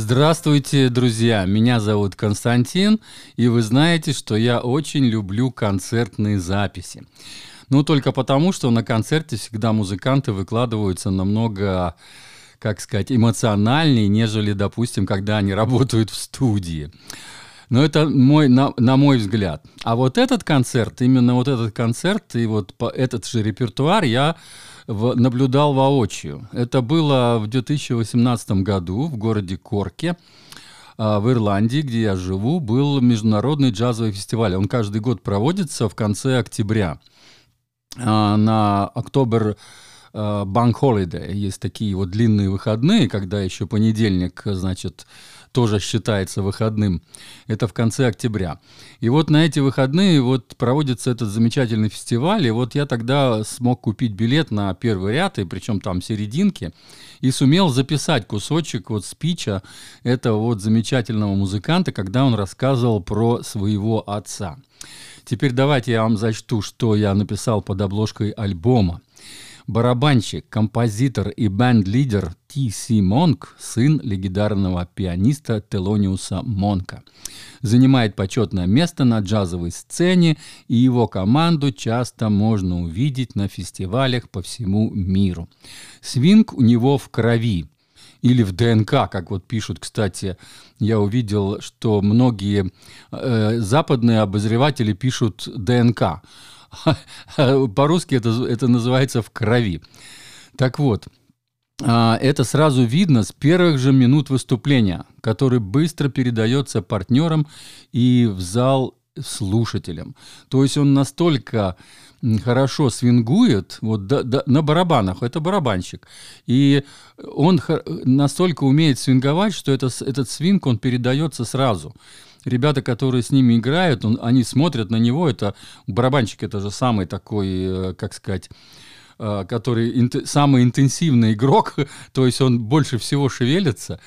Здравствуйте, друзья! Меня зовут Константин, и вы знаете, что я очень люблю концертные записи. Ну, только потому, что на концерте всегда музыканты выкладываются намного, как сказать, эмоциональнее, нежели, допустим, когда они работают в студии. Но это на мой взгляд. А вот этот концерт, именно вот этот концерт и вот этот же репертуар я наблюдал воочию. Это было в 2018 году в городе Корке, в Ирландии, где я живу, был международный джазовый фестиваль. Он каждый год проводится в конце октября. На October Bank Holiday есть такие вот длинные выходные, когда еще понедельник, значит, тоже считается выходным. Это в конце октября. И вот на эти выходные вот проводится этот замечательный фестиваль. И вот я тогда смог купить билет на первый ряд, и причем там серединки, и сумел записать кусочек вот спича этого вот замечательного музыканта, когда он рассказывал про своего отца. Теперь давайте я вам зачту, что я написал под обложкой альбома. Барабанщик, композитор и бенд-лидер Т.С. Монк, сын легендарного пианиста Телониуса Монка. Занимает почетное место на джазовой сцене, и его команду часто можно увидеть на фестивалях по всему миру. Свинг у него в крови. Или в ДНК, как вот пишут, кстати, я увидел, что многие западные обозреватели пишут ДНК. По-русски это называется «в крови». Так вот, это сразу видно с первых же минут выступления, который быстро передается партнерам и в зал слушателям. То есть он настолько хорошо свингует, вот на барабанах, это барабанщик, и он настолько умеет свинговать, что этот свинг, он передается сразу. Ребята, которые с ними играют, они смотрят на него, барабанщик это же самый такой, как сказать, который самый интенсивный игрок, то есть он больше всего шевелится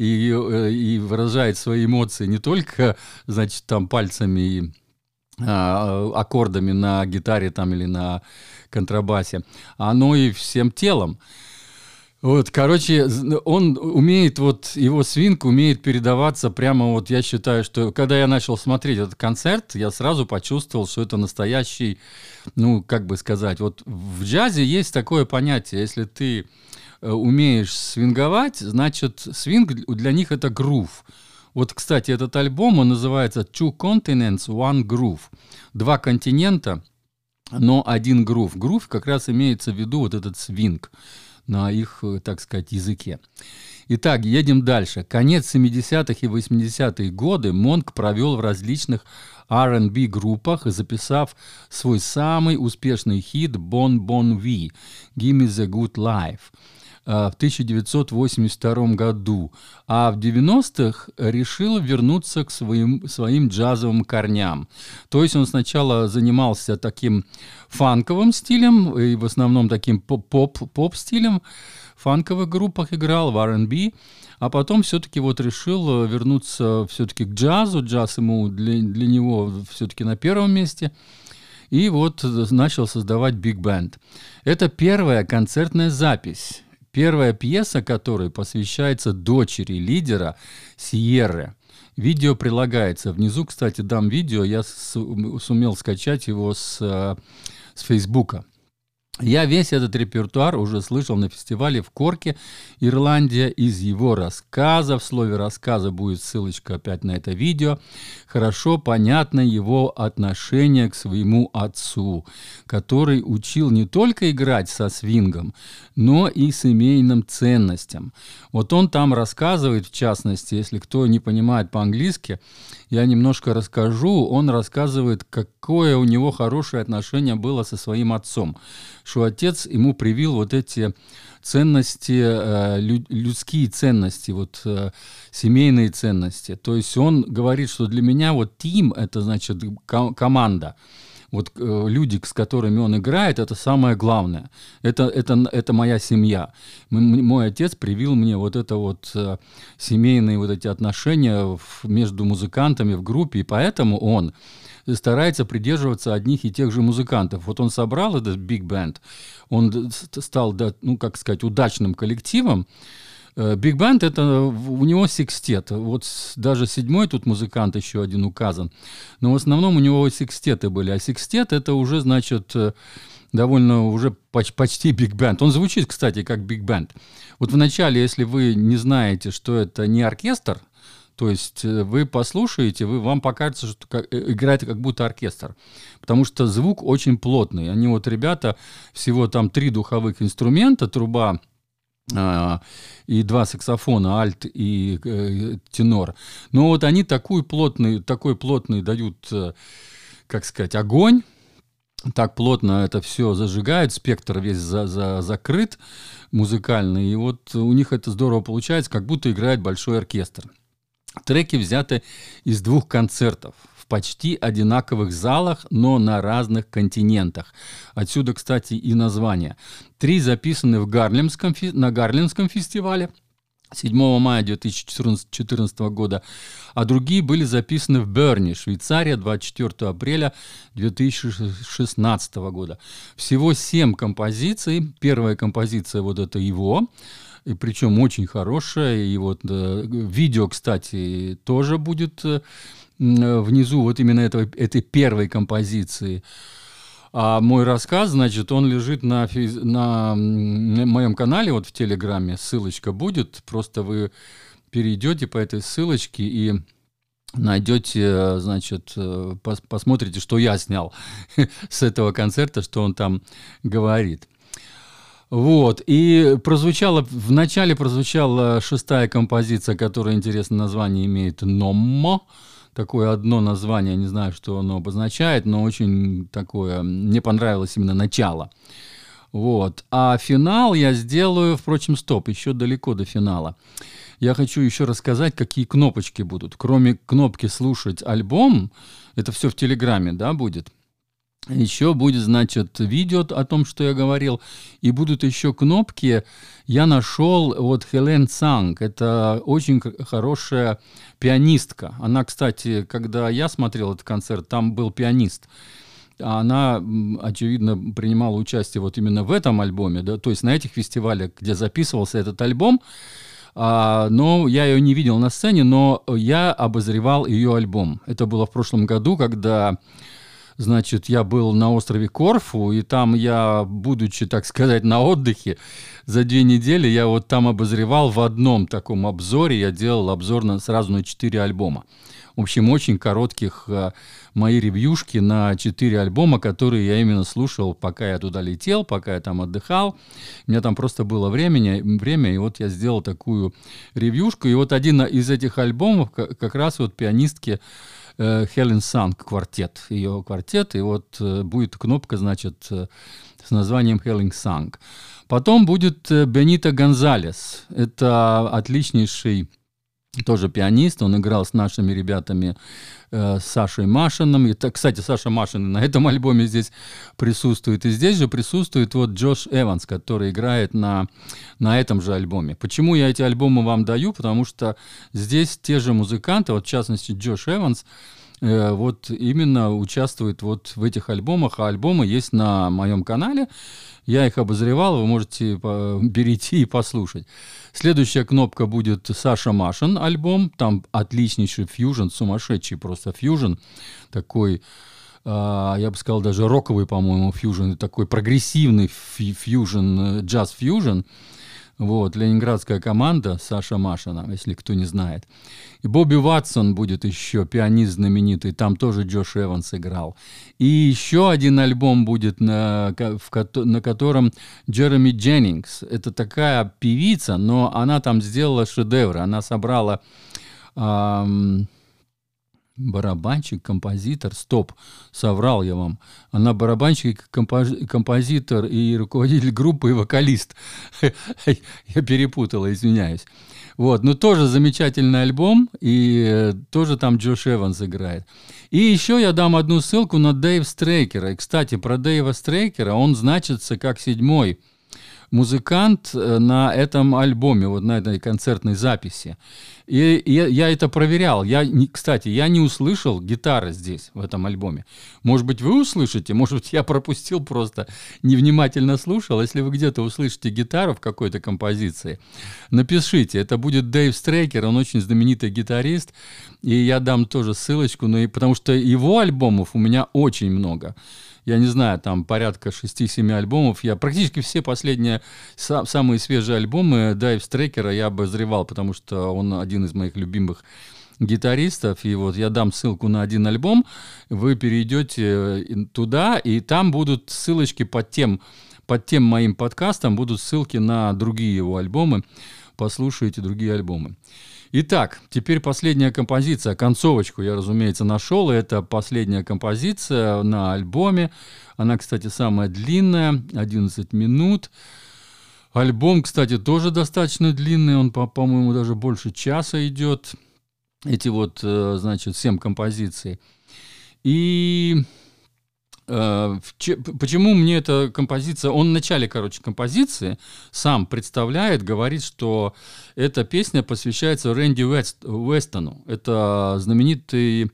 и выражает свои эмоции не только, значит, там пальцами и аккордами на гитаре там или на контрабасе, но и всем телом. Вот, короче, он умеет, вот его свинг умеет передаваться прямо, вот я считаю, что когда я начал смотреть этот концерт, я сразу почувствовал, что это настоящий, ну, как бы сказать, вот в джазе есть такое понятие, если ты умеешь свинговать, значит, свинг для них это грув. Вот, кстати, этот альбом, он называется Two Continents, One Groove. Два континента, но один грув. Грув как раз имеется в виду вот этот свинг на их, так сказать, языке. Итак, едем дальше. Конец 70-х и 80-е годы Монк провел в различных R&B группах, записав свой самый успешный хит Bon Bon V «Give Me the Good Life» в 1982 году, а в 90-х решил вернуться к своим джазовым корням. То есть он сначала занимался таким фанковым стилем, и в основном таким поп-стилем, в фанковых группах играл, в R&B, а потом все-таки вот решил вернуться все-таки к джазу, джаз ему для него все-таки на первом месте, и вот начал создавать биг-бенд. Это первая концертная запись. Первая пьеса, которой посвящается дочери лидера Сьерры. Видео прилагается. Внизу, кстати, дам видео. Я сумел скачать его с Фейсбука. Я весь этот репертуар уже слышал на фестивале в Корке, Ирландия, из его рассказа. В слове рассказа будет ссылочка опять на это видео. Хорошо понятно его отношение к своему отцу, который учил не только играть со свингом, но и семейным ценностям. Вот он там рассказывает, в частности, если кто не понимает по-английски, я немножко расскажу. Он рассказывает, какое у него хорошее отношение было со своим отцом, что отец ему привил вот эти ценности, людские ценности, вот семейные ценности. То есть он говорит, что для меня вот team — это значит команда. Вот люди, с которыми он играет, это самое главное. Это моя семья. Мой отец привил мне вот это вот семейные вот эти отношения между музыкантами в группе, и поэтому он старается придерживаться одних и тех же музыкантов. Вот он собрал этот биг-бенд, он стал, ну, как сказать, удачным коллективом, Биг-бенд это у него секстет. Вот даже седьмой тут музыкант еще один указан. Но в основном у него секстеты были. А секстет это уже, значит, довольно уже почти биг-бенд. Он звучит, кстати, как биг-бенд. Вот вначале, если вы не знаете, что это не оркестр, то есть вы послушаете, вам покажется, что играет как будто оркестр. Потому что звук очень плотный. Они вот, ребята, всего там 3 духовых инструмента, труба и 2 саксофона, альт и тенор. Но вот они такой плотный дают, как сказать, огонь. Так плотно это все зажигают, спектр весь закрыт музыкальный. И вот у них это здорово получается, как будто играет большой оркестр. Треки взяты из 2 концертов в почти одинаковых залах, но на разных континентах. Отсюда, кстати, и название. 3 записаны на Гарлемском фестивале 7 мая 2014 года, а другие были записаны в Берне, Швейцария, 24 апреля 2016 года. Всего 7 композиций. Первая композиция вот это его, и причем очень хорошая. И вот видео, кстати, тоже будет внизу вот именно этой первой композиции. А мой рассказ, значит, он лежит на моем канале, вот в Телеграме, ссылочка будет, просто вы перейдете по этой ссылочке и найдете, значит, посмотрите, что я снял с этого концерта, что он там говорит. Вот, и вначале прозвучала 6-я композиция, которая, интересное название имеет, «Номмо». Такое одно название, не знаю, что оно обозначает, но очень такое, мне понравилось именно начало. Вот. А финал я сделаю, впрочем, стоп, еще далеко до финала. Я хочу еще рассказать, какие кнопочки будут. Кроме кнопки «Слушать альбом», это все в Телеграме, да, будет. Еще будет, значит, видео о том, что я говорил, и будут еще кнопки. Я нашел вот Хелен Санг, это очень хорошая пианистка. Она, кстати, когда я смотрел этот концерт, там был пианист. Она, очевидно, принимала участие вот именно в этом альбоме, да, то есть на этих фестивалях, где записывался этот альбом. Но я ее не видел на сцене, но я обозревал ее альбом. Это было в прошлом году, когда... Значит, я был на острове Корфу, и там я, будучи, так сказать, на отдыхе, за 2 недели я вот там обозревал в одном таком обзоре, я делал обзор сразу на 4 альбома. В общем, очень коротких мои ревьюшки на 4 альбома, которые я именно слушал, пока я туда летел, пока я там отдыхал. У меня там просто было время, и вот я сделал такую ревьюшку. И вот один из этих альбомов как раз вот пианистки Хелен Санг, квартет, ее квартет, и вот будет кнопка, значит, с названием Хелен Санг. Потом будет Бенито Гонзалес, это отличнейший тоже пианист, он играл с нашими ребятами Сашей Машиным. И, кстати, Саша Машин на этом альбоме здесь присутствует. И здесь же присутствует вот Джош Эванс, который играет на этом же альбоме. Почему я эти альбомы вам даю? Потому что здесь те же музыканты, вот в частности Джош Эванс, вот именно участвует вот в этих альбомах, а альбомы есть на моем канале. Я их обозревал, вы можете перейти и послушать. Следующая кнопка будет Саша Машин альбом, там отличнейший фьюжн, сумасшедший просто фьюжн, такой, я бы сказал, даже роковый, по-моему, фьюжн, такой прогрессивный фьюжн, джаз-фьюжн. Вот, ленинградская команда Саша Машина, если кто не знает. И Бобби Ватсон будет еще, пианист знаменитый, там тоже Джош Эванс играл. И еще один альбом будет, на котором Джереми Дженнингс. Это такая певица, но она там сделала шедевры. Она собрала... барабанщик, композитор, соврал я вам. Она барабанщик, композитор и руководитель группы и вокалист. Я перепутала, извиняюсь. Вот, но тоже замечательный альбом, и тоже там Джош Эванс играет. И еще я дам одну ссылку на Дэйва Стрейкера. И, кстати, про Дэйва Стрейкера, он значится как 7-й музыкант на этом альбоме, вот на этой концертной записи. И я это проверял. Кстати, я не услышал гитары здесь, в этом альбоме. Может быть, вы услышите, может быть, я пропустил просто, невнимательно слушал. Если вы где-то услышите гитару в какой-то композиции, напишите. Это будет Дэйв Стрейкер, он очень знаменитый гитарист. И я дам тоже ссылочку, потому что его альбомов у меня очень много. Я не знаю, там порядка 6-7 альбомов. Я практически все последние, самые свежие альбомы Дэйва Стрейкера я обозревал, потому что он один из моих любимых гитаристов. И вот я дам ссылку на один альбом, вы перейдете туда, и там будут ссылочки под тем моим подкастом, будут ссылки на другие его альбомы. Послушайте другие альбомы. Итак, теперь последняя композиция. Концовочку я, разумеется, нашел. Это последняя композиция на альбоме. Она, кстати, самая длинная, 11 минут. Альбом, кстати, тоже достаточно длинный. Он, по-моему, даже больше часа идет. Эти вот, значит, 7 композиций. И почему мне эта композиция... Он в начале, композиции сам представляет, говорит, что эта песня посвящается Рэнди Уэстону. Это знаменитый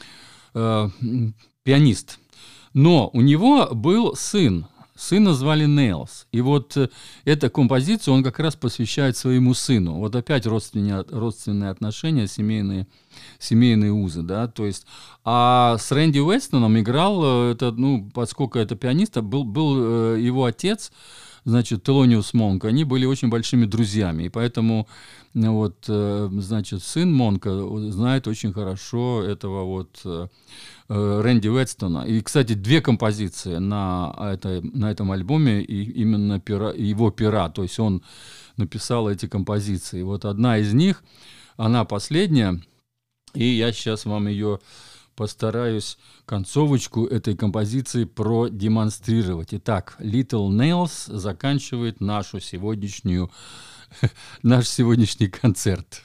пианист. Но у него был сын. Сына звали Нейлс. И вот эту композицию он как раз посвящает своему сыну. Вот опять родственные отношения, семейные узы, да, то есть, а с Рэнди Уэстоном играл, поскольку это пианист, был его отец, значит, Телониус Монк, они были очень большими друзьями, и поэтому, вот, значит, сын Монка знает очень хорошо этого вот Рэнди Уэстона. И, кстати, 2 композиции на этом альбоме, и именно его пера, то есть он написал эти композиции. Вот одна из них, она последняя, и я сейчас вам ее постараюсь, концовочку этой композиции продемонстрировать. Итак, Little Nails заканчивает наш сегодняшний концерт.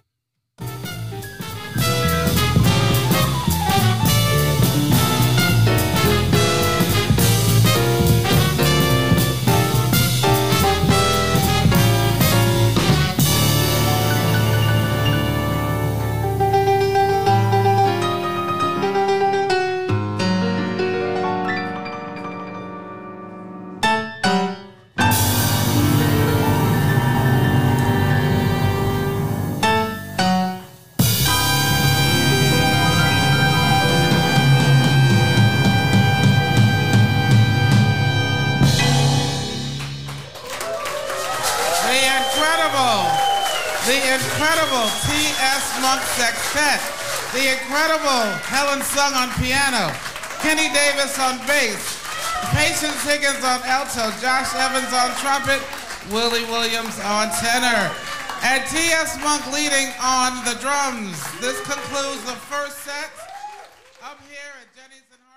T.S. Monk Sextet, the incredible Helen Sung on piano, Kenny Davis on bass, Patience Higgins on alto, Josh Evans on trumpet, Willie Williams on tenor, and T.S. Monk leading on the drums. This concludes the first set up here at Jenny's and